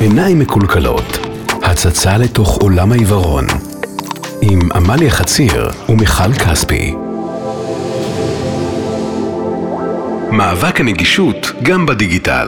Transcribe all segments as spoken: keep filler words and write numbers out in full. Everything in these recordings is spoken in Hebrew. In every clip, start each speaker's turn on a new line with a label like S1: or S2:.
S1: עיניים מקולקלות, הצצה לתוך עולם העיוורון, עם עמליה חציר ומיכל כספי. מאבק הנגישות גם בדיגיטל.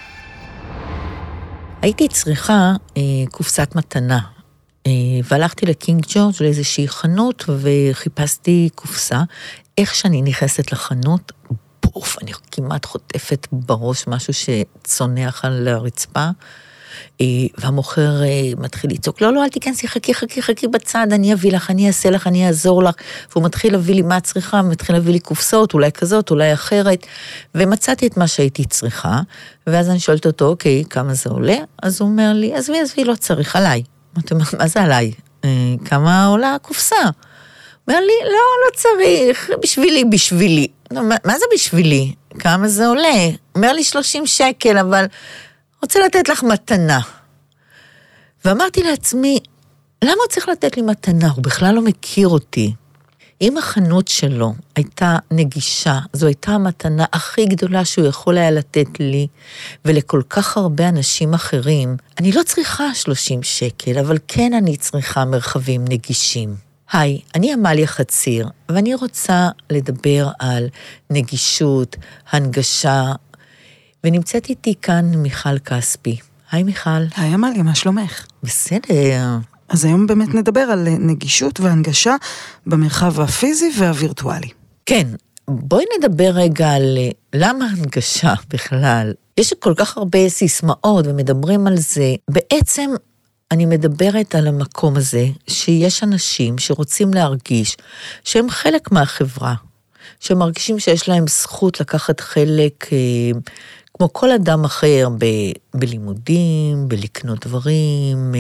S2: הייתי צריכה אה, קופסת מתנה, אה, והלכתי לקינג ג'ורג' לאיזושהי חנות, וחיפשתי קופסה. איך שאני נכנסת לחנות, בוף, אני כמעט חוטפת בראש משהו שצונח על הרצפה, אה, והמוכר אה, מתחיל לצעוק, לא, לא, אל תיכנסי, חכי, חכי, חכי בצד, אני אביא לך, אני אעשה לך, אני אעזור לך, והוא מתחיל להביא לי מה צריכה, מתחיל להביא לי קופסאות, אולי כזאת, אולי אחרת, ומצאתי את מה שהייתי צריכה, ואז אני שואלת אותו, אוקיי, כמה זה עולה? אז הוא אומר לי, עזבי, עזבי, לא צריך, עליי. מה זה עליי? אה, כמה עולה הקופסה? הוא אומר לי, לא, לא צריך, בשבילי, בשבילי. מה, מה זה בשבילי? כמה זה עולה? הוא אומר לי שלושים שקל, אבל רוצה לתת לך מתנה. ואמרתי לעצמי, למה הוא צריך לתת לי מתנה? הוא בכלל לא מכיר אותי. אם החנות שלו הייתה נגישה, זו הייתה המתנה הכי גדולה שהוא יכול היה לתת לי, ולכל כך הרבה אנשים אחרים, אני לא צריכה שלושים שקל, אבל כן אני צריכה מרחבים נגישים. היי, אני עמליה חציר, ואני רוצה לדבר על נגישות, הנגשה, ונמצאת איתי כאן מיכל כספי. היי מיכל.
S3: היי עמליה, מה שלומך?
S2: בסדר.
S3: אז היום באמת נדבר על נגישות והנגשה במרחב הפיזי והווירטואלי.
S2: כן, בואי נדבר רגע על למה הנגשה בכלל. יש כל כך הרבה סיסמאות ומדברים על זה. בעצם אני מדברת על המקום הזה שיש אנשים שרוצים להרגיש שהם חלק מהחברה, שהם מרגישים שיש להם זכות לקחת חלק כמו כל אדם אחר, ב- בלימודים, בלקנות דברים,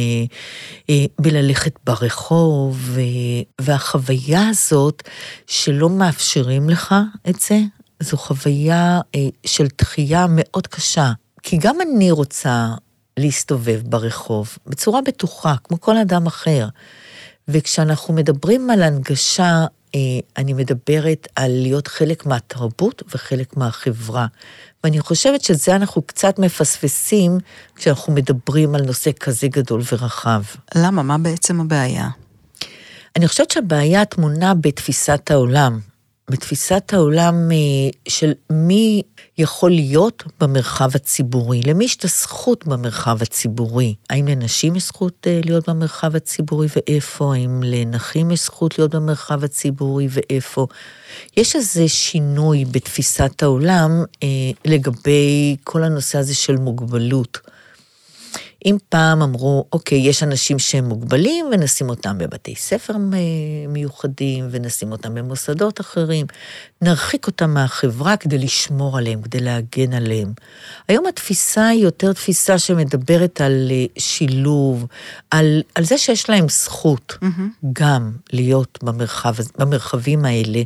S2: בללכת ברחוב, והחוויה הזאת שלא מאפשרים לך את זה, זו חוויה של דחייה מאוד קשה. כי גם אני רוצה להסתובב ברחוב, בצורה בטוחה, כמו כל אדם אחר. וכשאנחנו מדברים על הנגשה, אני מדברת על להיות חלק מהתרבות וחלק מהחברה. ואני חושבת שזה אנחנו קצת מפספסים כשאנחנו מדברים על נושא כזה גדול ורחב.
S3: למה? מה בעצם הבעיה?
S2: אני חושבת שהבעיה תמונה בתפיסת העולם. בתפיסת העולם של מי יכול להיות במרחב הציבורי, למי יש את הזכות במרחב הציבורי. האם לנשים יש זכות להיות במרחב הציבורי ואיפה? האם לנכים יש זכות להיות במרחב הציבורי ואיפה? יש איזה שינוי בתפיסת העולם אה, לגבי כל הנושא הזה של מוגבלות. אם פעם אמרו, אוקיי, יש אנשים שהם מוגבלים, ונשים אותם בבתי ספר מיוחדים, ונשים אותם במוסדות אחרים, נרחיק אותם מהחברה כדי לשמור עליהם, כדי להגן עליהם. היום התפיסה היא יותר תפיסה שמדברת על שילוב, על, על זה שיש להם זכות mm-hmm. גם להיות במרחב, במרחבים האלה,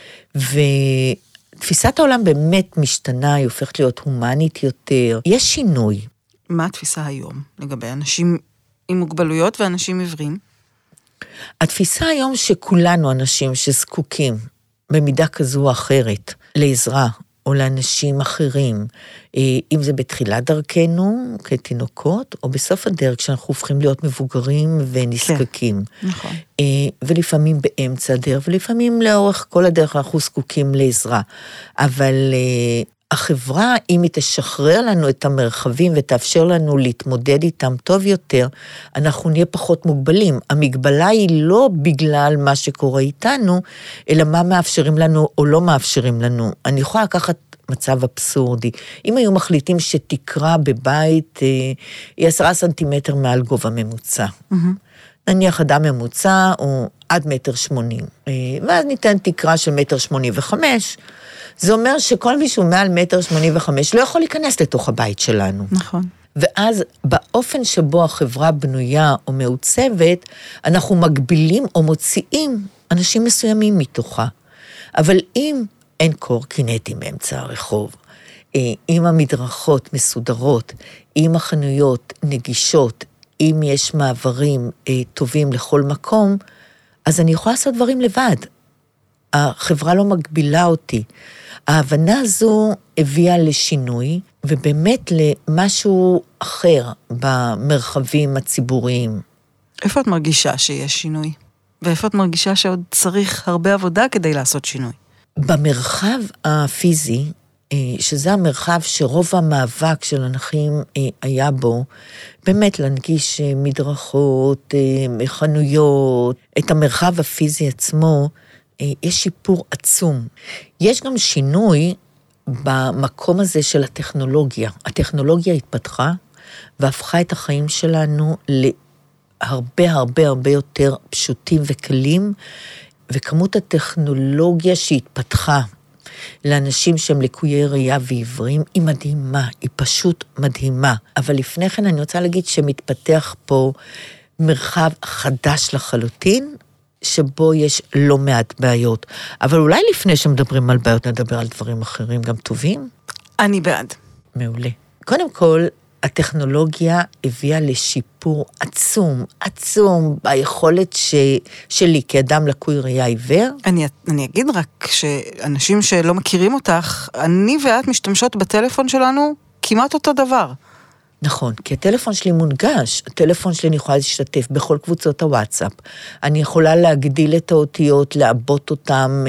S2: ותפיסת העולם באמת משתנה, היא הופכת להיות הומנית יותר. יש שינוי.
S3: מה התפיסה היום לגבי אנשים עם מוגבלויות ואנשים עיוורים?
S2: התפיסה היום שכולנו אנשים שזקוקים במידה כזו או אחרת לעזרה או לאנשים אחרים, אם זה בתחילת דרכנו כתינוקות, או בסוף הדרך כשאנחנו הופכים להיות מבוגרים ונזקקים.
S3: כן, נכון.
S2: ולפעמים באמצע הדרך, ולפעמים לאורך כל הדרך אנחנו זקוקים לעזרה. אבל החברה, אם היא תשחרר לנו את המרחבים ותאפשר לנו להתמודד איתם טוב יותר, אנחנו נהיה פחות מוגבלים. המגבלה היא לא בגלל מה שקורה איתנו, אלא מה מאפשרים לנו או לא מאפשרים לנו. אני יכולה לקחת מצב אבסורדי. אם היו מחליטים שתקרה בבית, היא עשרה סנטימטר מעל גובה ממוצע. Mm-hmm. נניח אדם ממוצע הוא עד מטר שמונים, ואז ניתן תקרה של מטר שמונים וחמש, זה אומר שכל מישהו מעל מטר שמונים וחמש לא יכול להיכנס לתוך הבית שלנו.
S3: נכון.
S2: ואז באופן שבו החברה בנויה או מעוצבת, אנחנו מגבילים או מוציאים אנשים מסוימים מתוכה. אבל אם אין קורקינטים באמצע הרחוב, אם המדרכות מסודרות, אם החנויות נגישות, אם יש מעברים טובים לכל מקום, אז אני יכולה לעשות דברים לבד. החברה לא מגבילה אותי. ההבנה הזו הביאה לשינוי, ובאמת למשהו אחר במרחבים הציבוריים.
S3: איפה את מרגישה שיש שינוי? ואיפה את מרגישה שעוד צריך הרבה עבודה כדי לעשות שינוי?
S2: במרחב הפיזי, שזה המרחב שרוב המאבק של הנכים היה בו, באמת להנגיש מדרכות, חנויות, את המרחב הפיזי עצמו, יש שיפור עצום. יש גם שינוי במקום הזה של הטכנולוגיה. הטכנולוגיה התפתחה והפכה את החיים שלנו להרבה הרבה הרבה יותר פשוטים וקלים, וכמות הטכנולוגיה שהתפתחה לאנשים שהם לקויי ראייה ועיוורים, היא מדהימה, היא פשוט מדהימה. אבל לפני כן אני רוצה להגיד שמתפתח פה מרחב חדש לחלוטין, שבו יש לא מעט בעיות. אבל אולי לפני שמדברים על בעיות, נדבר על דברים אחרים גם טובים?
S3: אני בעד.
S2: מעולה. קודם כל, הטכנולוגיה הביאה לשיפור עצום, עצום, ביכולת ש... שלי כאדם לקוי ראייה עיוור.
S3: אני, אני אגיד רק שאנשים שלא מכירים אותך, אני ואת משתמשות בטלפון שלנו כמעט אותו דבר.
S2: נכון, כי הטלפון שלי מונגש, הטלפון שלי אני יכולה להשתתף בכל קבוצות הוואטסאפ, אני יכולה להגדיל את האותיות, לעבות אותם,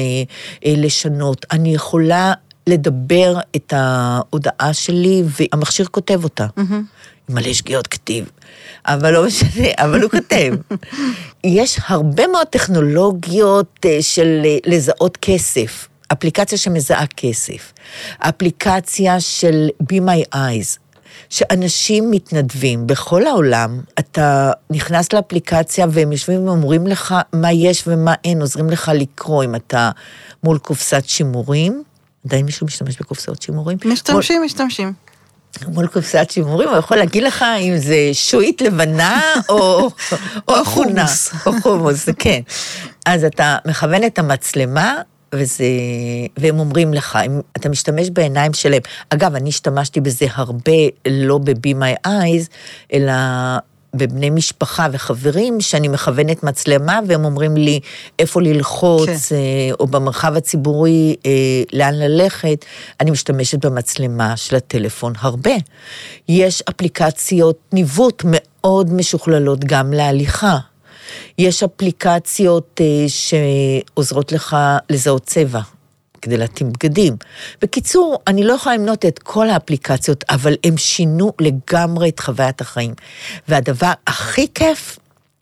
S2: לשנות, אני יכולה לדבר את ההודעה שלי, והמכשיר כותב אותה. עם מלא שגיאות כתיב, אבל לא משנה, אבל הוא כותב. יש הרבה מאוד טכנולוגיות של לזהות כסף, אפליקציה שמזהה כסף, אפליקציה של Be My Eyes, שאנשים מתנדבים בכל העולם, אתה נכנס לאפליקציה והם יושבים ואומרים לך מה יש ומה אין, עוזרים לך לקרוא אם אתה מול קופסת שימורים, עדיין מישהו משתמש בקופסאות שימורים?
S3: משתמשים, מול... משתמשים.
S2: מול קופסת שימורים, הוא יכול להגיד לך אם זה שועית לבנה או, או חומוס. או חומוס, כן. אז אתה מכוון את המצלמה, וזה, והם אומרים לך, אם אתה משתמש בעיניים שלהם, אגב, אני השתמשתי בזה הרבה, לא ב-Be My Eyes, אלא בבני משפחה וחברים, שאני מכוונת מצלמה, והם אומרים לי איפה ללחוץ, כן. או במרחב הציבורי, לאן ללכת, אני משתמשת במצלמה של הטלפון הרבה. יש אפליקציות ניווט מאוד משוכללות גם להליכה. יש אפליקציות שעוזרות לך לזהות צבע, כדי להתאים בגדים. בקיצור, אני לא יכולה למנות את כל האפליקציות, אבל הם שינו לגמרי את חוויית החיים. והדבר הכי כיף,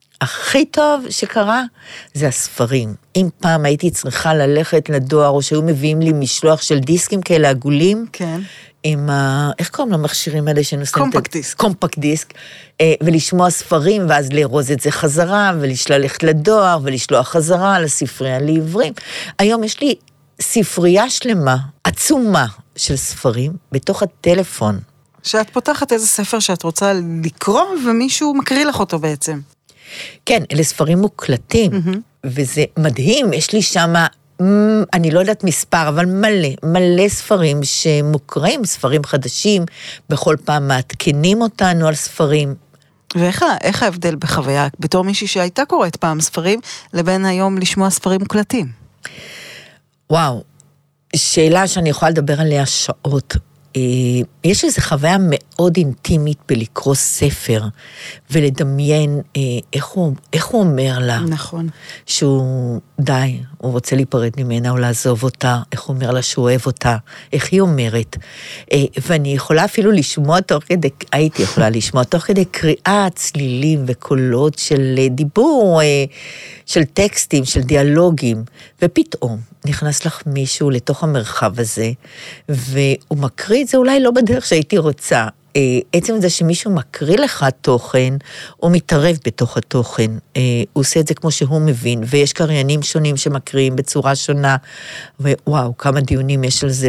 S2: הכי טוב שקרה, זה הספרים. אם פעם הייתי צריכה ללכת לדואר, או שהיו מביאים לי משלוח של דיסקים כאלה עגולים,
S3: כן.
S2: עם ה... איך קוראים למכשירים האלה שנושאים?
S3: קומפקט דיסק.
S2: קומפקט דיסק, ולשמוע ספרים, ואז לארוז את זה חזרה, וללכת לדואר, ולשלוח חזרה לספרייה לעיוורים. היום יש לי ספרייה שלמה, עצומה של ספרים, בתוך הטלפון.
S3: שאת פותחת איזה ספר שאת רוצה לקרוא, ומישהו מקריא לך אותו בעצם.
S2: כן, אלה ספרים מוקלטים, mm-hmm. וזה מדהים, יש לי שמה... אני לא יודעת מספר, אבל מלא, מלא ספרים שמוקרים, ספרים חדשים, בכל פעם מעדכנים אותנו על ספרים.
S3: ואיך איך ההבדל בחוויה, בתור מישהי שהייתה קוראת פעם ספרים, לבין היום לשמוע ספרים מוקלטים?
S2: וואו, שאלה שאני יכולה לדבר עליה שעות. יש איזו חוויה מאוד אינטימית בלקרוא ספר, ולדמיין איך הוא, איך הוא אומר לה.
S3: נכון.
S2: שהוא די, הוא רוצה להיפרד ממנה או לעזוב אותה, איך הוא אומר לה שהוא אוהב אותה, איך היא אומרת. ואני יכולה אפילו לשמוע תוך כדי, הייתי יכולה לשמוע תוך כדי קריאה, צלילים וקולות של דיבור, של טקסטים, של דיאלוגים, ופתאום נכנס לך מישהו לתוך המרחב הזה, והוא מקריא את זה אולי לא בדרך שהייתי רוצה. עצם זה שמישהו מקריא לך תוכן, הוא מתערב בתוך התוכן, הוא עושה את זה כמו שהוא מבין, ויש קריינים שונים שמקריאים בצורה שונה, ווואו, כמה דיונים יש על זה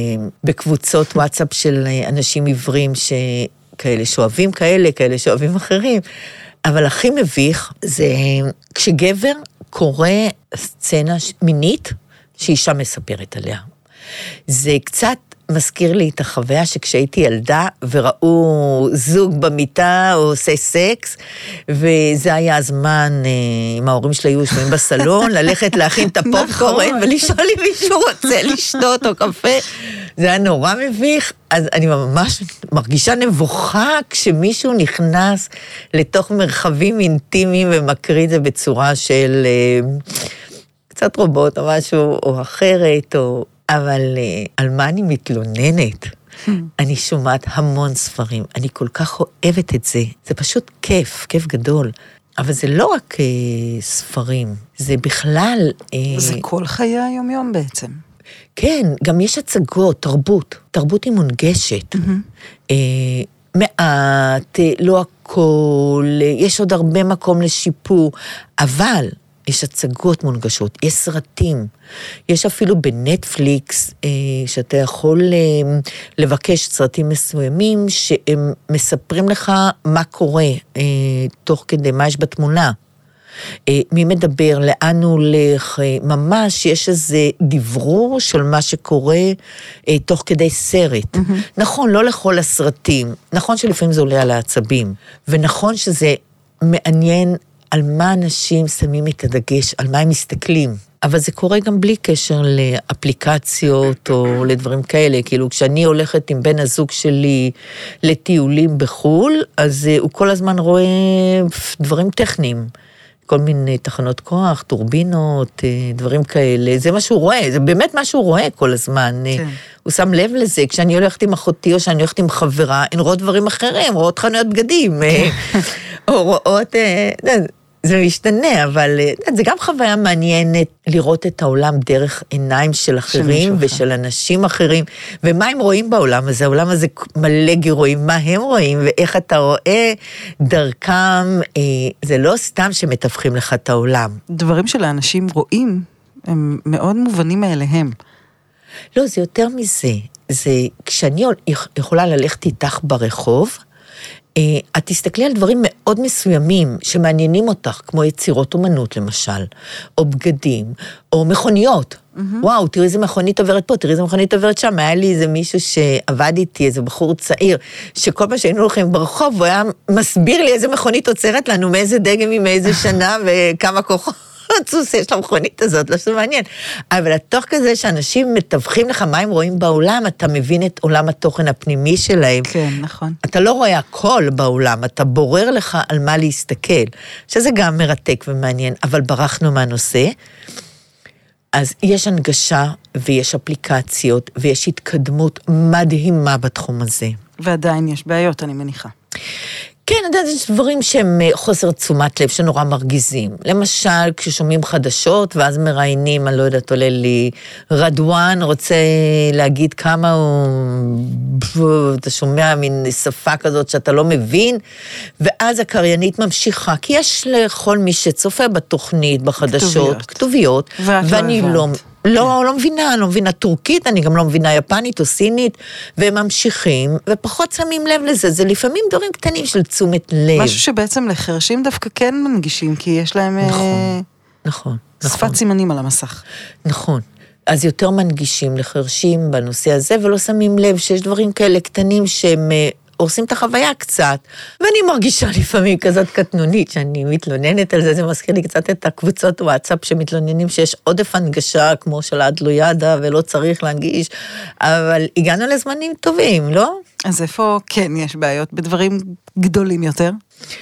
S2: בקבוצות וואטסאפ של אנשים עיוורים, כאלה שאוהבים כאלה, כאלה שאוהבים אחרים, אבל הכי מביך זה כשגבר קורא סצנה מינית, שאישה מספרת עליה. זה קצת מזכיר לי את החוויה שכשהייתי ילדה וראו זוג במיטה או עושה סקס, וזה היה הזמן, אם ההורים שלי היו יושבים בסלון, ללכת להכין את הפופקורן ולשאול אם מישהו רוצה לשתות או קפה. זה היה נורא מביך, אז אני ממש מרגישה נבוכה כשמישהו נכנס לתוך מרחבים אינטימיים ומקריא את זה בצורה של קצת רובוט או משהו או אחרת, או... אבל על מה אני מתלוננת? אני שומעת המון ספרים, אני כל כך אוהבת את זה, זה פשוט כיף, כיף גדול. אבל זה לא רק ספרים, זה בכלל...
S3: זה כל חיי היום-יום בעצם.
S2: כן, גם יש הצגות, תרבות, תרבות היא מונגשת. Mm-hmm. מעט, לא הכל, יש עוד הרבה מקום לשיפור, אבל יש הצגות מונגשות, יש סרטים, יש אפילו בנטפליקס, שאתה יכול לבקש סרטים מסוימים, שהם מספרים לך מה קורה, תוך כדי מה יש בתמונה. מי מדבר, לאן הוא הולך, ממש יש איזה דברור של מה שקורה תוך כדי סרט. Mm-hmm. נכון, לא לכל הסרטים, נכון שלפעמים זה עולה על העצבים, ונכון שזה מעניין על מה אנשים שמים את הדגש, על מה הם מסתכלים. אבל זה קורה גם בלי קשר לאפליקציות או לדברים כאלה, כאילו כשאני הולכת עם בן הזוג שלי לטיולים בחול, אז הוא כל הזמן רואה דברים טכניים. כל מיני תחנות כוח, טורבינות, דברים כאלה, זה מה שהוא רואה, זה באמת מה שהוא רואה כל הזמן. כן. הוא שם לב לזה, כשאני הולכת עם אחותי או שאני הולכת עם חברה, הן רואות דברים אחרים, רואות חנויות בגדים, או רואות, זה משתנה, אבל זה גם חוויה מעניינת לראות את העולם דרך עיניים של אחרים ושל אנשים אחרים, ומה הם רואים בעולם הזה, העולם הזה מלא גירויים, מה הם רואים ואיך אתה רואה דרכם, זה לא סתם שמתווכים לך את העולם.
S3: דברים שלאנשים רואים, הם מאוד מובנים מאליהם.
S2: לא, זה יותר מזה, זה כשאני יכולה ללכת איתך ברחוב, את תסתכלי על דברים מאוד מסוימים שמעניינים אותך, כמו יצירות אומנות למשל, או בגדים, או מכוניות. Mm-hmm. וואו, תראי איזה מכונית עוברת פה, תראי איזה מכונית עוברת שם. היה לי איזה מישהו שעבד איתי, איזה בחור צעיר, שכל פעם שהיינו הולכים ברחוב, הוא היה מסביר לי איזה מכונית עוצרת לנו, מאיזה דגם, מאיזה שנה, וכמה כוחות. צוס, יש למכונית הזאת, לא שזה מעניין. אבל התוך כזה שאנשים מתווכים לך מה הם רואים בעולם, אתה מבין את עולם התוכן הפנימי שלהם.
S3: כן, נכון.
S2: אתה לא רואה הכל בעולם, אתה בורר לך על מה להסתכל, שזה גם מרתק ומעניין, אבל ברחנו מהנושא. אז יש הנגשה ויש אפליקציות ויש התקדמות מדהימה בתחום הזה.
S3: ועדיין יש בעיות, אני מניחה.
S2: כן, יש דברים שהם חוסר תשומת לב, שנורא מרגיזים. למשל, כששומעים חדשות, ואז מראיינים, אני לא יודעת, עולה לי, רדואן רוצה להגיד כמה הוא, אתה שומע מין שפה כזאת שאתה לא מבין, ואז הקריינית ממשיכה, כי יש לכל מי שצופה בתוכנית, בחדשות, כתוביות, ואני לא... לא, לא מבינה, לא מבינה טורקית, אני גם לא מבינה יפנית או סינית, והם ממשיכים, ופחות שמים לב לזה, זה לפעמים דברים קטנים של תשומת לב.
S3: משהו שבעצם לחרשים דווקא כן מנגישים, כי יש להם
S2: נכון, נכון,
S3: שפת נכון. סימנים על המסך.
S2: נכון, אז יותר מנגישים לחרשים בנושא הזה, ולא שמים לב שיש דברים כאלה קטנים שהם עושים את החוויה קצת, ואני מרגישה לפעמים כזאת קטנונית, שאני מתלוננת על זה, זה מזכיר לי קצת את הקבוצות וואטסאפ שמתלוננים שיש עודף הנגשה, כמו של האדלוידה, ולא צריך להנגיש, אבל הגענו לזמנים טובים, לא?
S3: אז איפה כן יש בעיות בדברים גדולים יותר?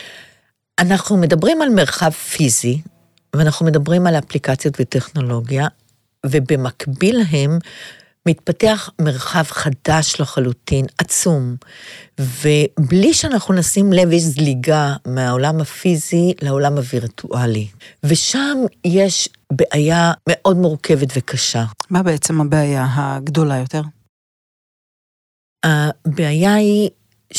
S2: אנחנו מדברים על מרחב פיזי, ואנחנו מדברים על אפליקציות וטכנולוגיה, ובמקביל הם מתפתח מרחב חדש לחלוטין, עצום, ובלי שאנחנו נשים לב, יש זליגה מהעולם הפיזי לעולם הווירטואלי. ושם יש בעיה מאוד מורכבת וקשה.
S3: מה בעצם הבעיה הגדולה יותר?
S2: הבעיה היא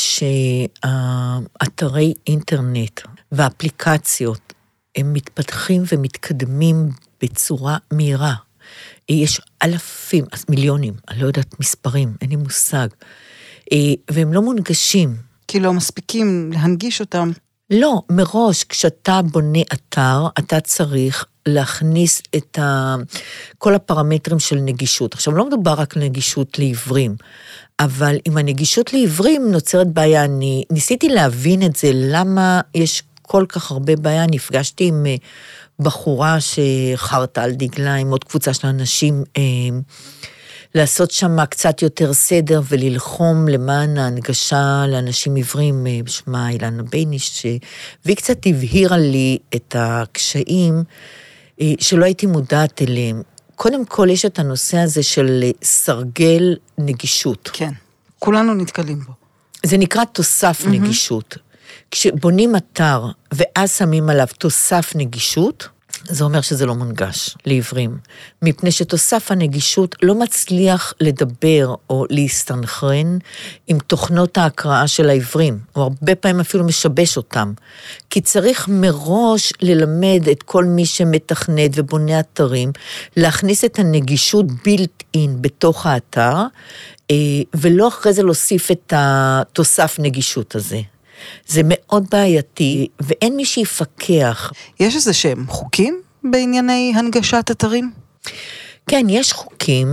S2: שאתרי אינטרנט והאפליקציות, הם מתפתחים ומתקדמים בצורה מהירה. יש אלפים, מיליונים, אני לא יודעת מספרים, אין לי מושג, והם לא מונגשים.
S3: כי לא מספיקים להנגיש אותם.
S2: לא, מראש, כשאתה בונה אתר, אתה צריך להכניס את ה... כל הפרמטרים של נגישות. עכשיו, לא מדובר רק על נגישות לעיוורים, אבל עם הנגישות לעיוורים נוצרת בעיה. אני ניסיתי להבין את זה, למה יש כל כך הרבה בעיה. נפגשתי עם בחורה שחרתה על דגלה, עם עוד קבוצה של אנשים, לעשות שם קצת יותר סדר וללחום למען ההנגשה לאנשים עיוורים, בשמה אילנה בייניש, והיא קצת הבהירה לי את הקשיים שלא הייתי מודעת אליהם. קודם כל יש את הנושא הזה של סרגל נגישות.
S3: כן, כולנו נתקלים בו.
S2: זה נקרא תוסף mm-hmm. נגישות. כשבונים אתר ואז שמים עליו תוסף נגישות, זה אומר שזה לא מונגש לעיוורים, מפני שתוסף הנגישות לא מצליח לדבר או להסתנכרן עם תוכנות ההקראה של העיוורים, או הרבה פעמים אפילו משבש אותם, כי צריך מראש ללמד את כל מי שמתכנת ובונה אתרים, להכניס את הנגישות בילט אין בתוך האתר, ולא אחרי זה להוסיף את התוסף נגישות הזה. זה מאוד בעייתי, ואין מי שיפקח.
S3: יש איזה שהם חוקים בענייני הנגשת אתרים?
S2: כן, יש חוקים.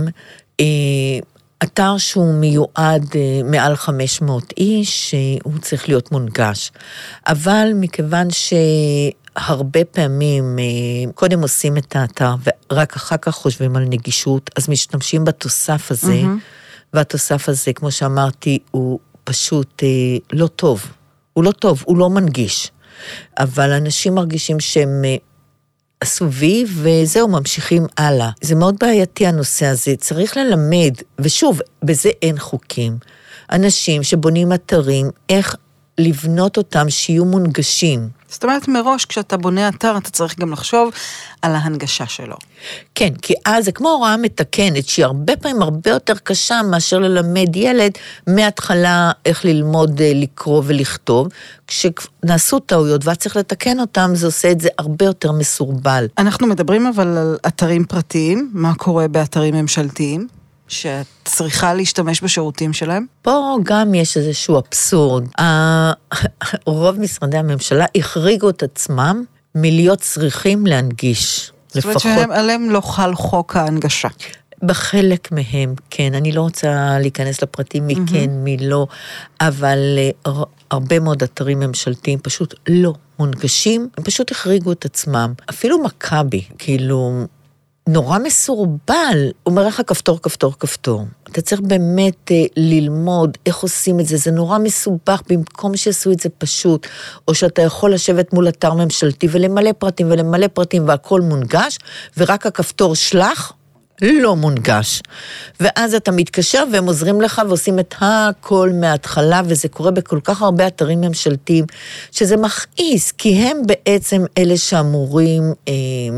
S2: אתר שהוא מיועד מעל חמש מאות איש, הוא צריך להיות מונגש. אבל מכיוון שהרבה פעמים, קודם עושים את האתר, ורק אחר כך חושבים על נגישות, אז משתמשים בתוסף הזה, mm-hmm. והתוסף הזה, כמו שאמרתי, הוא פשוט לא טוב. הוא לא טוב, הוא לא מנגיש, אבל אנשים מרגישים שהם עשו וי, וזהו, ממשיכים הלאה. זה מאוד בעייתי הנושא הזה, צריך ללמד, ושוב, בזה אין חוקים. אנשים שבונים אתרים, איך לבנות אותם שיהיו מונגשים.
S3: זאת אומרת, מראש כשאתה בונה אתר, אתה צריך גם לחשוב על ההנגשה שלו.
S2: כן, כי אז זה כמו הוראה מתקנת, שהיא הרבה פעמים הרבה יותר קשה, מאשר ללמד ילד מההתחלה איך ללמוד לקרוא ולכתוב, כשנעשו טעויות ואת צריך לתקן אותם, זה עושה את זה הרבה יותר מסורבל.
S3: אנחנו מדברים אבל על אתרים פרטיים, מה קורה באתרים ממשלתיים? שאת צריכה להשתמש בשירותים שלהם?
S2: פה גם יש איזשהו אבסורד. רוב משרדי הממשלה החריגו את עצמם מלהיות צריכים להנגיש.
S3: זאת אומרת שעליהם לא חל חוק ההנגשה.
S2: בחלק מהם, כן. אני לא רוצה להיכנס לפרטים מי כן, מי לא, אבל הרבה מאוד אתרים ממשלתיים פשוט לא מונגשים, הם פשוט החריגו את עצמם. אפילו מכבי, כאילו... נורא מסורבל, אומר לך כפתור, כפתור, כפתור. אתה צריך באמת אה, ללמוד איך עושים את זה, זה נורא מסובך, במקום שעשו את זה פשוט, או שאתה יכול לשבת מול אתר ממשלתי ולמלא פרטים ולמלא פרטים והכל מונגש, ורק הכפתור שלח לא מונגש. ואז אתה מתקשר והם עוזרים לך ועושים את הכל מההתחלה, וזה קורה בכל כך הרבה אתרים ממשלתיים, שזה מכעיס, כי הם בעצם אלה שאמורים... אה,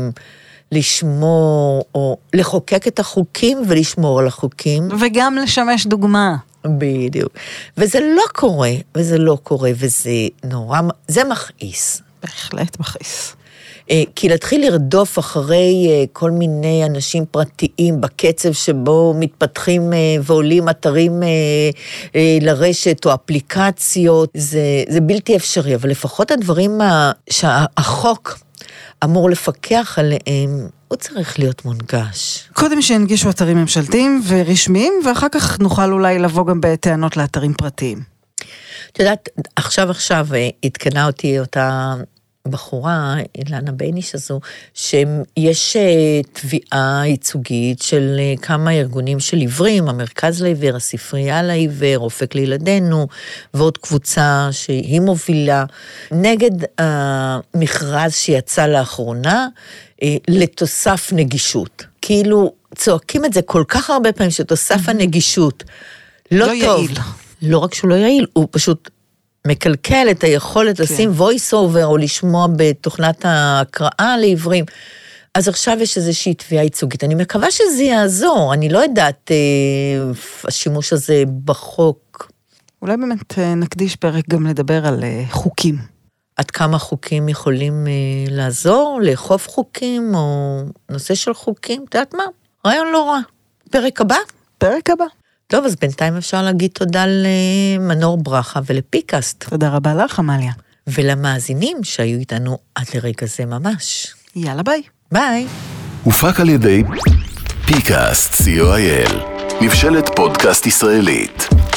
S2: לשמור, או לחוקק את החוקים ולשמור על החוקים.
S3: וגם לשמש דוגמה.
S2: בדיוק. וזה לא קורה, וזה לא קורה, וזה נורא, זה מכעיס.
S3: בהחלט מכעיס.
S2: כי להתחיל לרדוף אחרי כל מיני אנשים פרטיים בקצב שבו מתפתחים ועולים אתרים לרשת או אפליקציות, זה, זה בלתי אפשרי, אבל לפחות הדברים שהחוק אמור לפקח עליהם, הוא צריך להיות מונגש.
S3: קודם שהנגישו אתרים ממשלתיים ורשמיים, ואחר כך נוכל אולי לבוא גם בטענות לאתרים פרטיים.
S2: את יודעת, עכשיו עכשיו התקנה אותי אותה בחורה, אילנה בייניש הזו, שיש תביעה ייצוגית של כמה ארגונים של עיוורים, המרכז לעיוור, הספרייה לעיוור, אופק לילדינו, ועוד קבוצה שהיא מובילה, נגד המכרז שיצא לאחרונה, לתוסף נגישות. כאילו צועקים את זה כל כך הרבה פעמים, שתוסף הנגישות לא, לא טוב. יעיל. לא רק שהוא לא יעיל, הוא פשוט... מקלקל את היכולת כן. לשים voice over או לשמוע בתוכנת ההקראה לעיוורים. אז עכשיו יש איזושהי תביעה ייצוגית. אני מקווה שזה יעזור. אני לא יודעת אה, השימוש הזה בחוק.
S3: אולי באמת אה, נקדיש פרק גם לדבר על אה, חוקים.
S2: עד כמה חוקים יכולים אה, לעזור, לאכוף חוקים או נושא של חוקים. את יודעת מה? רעיון לא רע. פרק הבא?
S3: פרק הבא.
S2: טוב, אז בינתיים אפשר להגיד תודה למנור ברכה ולפיקאסט.
S3: תודה רבה לך, אמליה.
S2: ולמאזינים שהיו איתנו עד לרגע זה ממש.
S3: יאללה ביי.
S2: ביי.
S1: הופק על ידי פיקאסט, סי או איי אל, מבשלת פודקאסט ישראלית.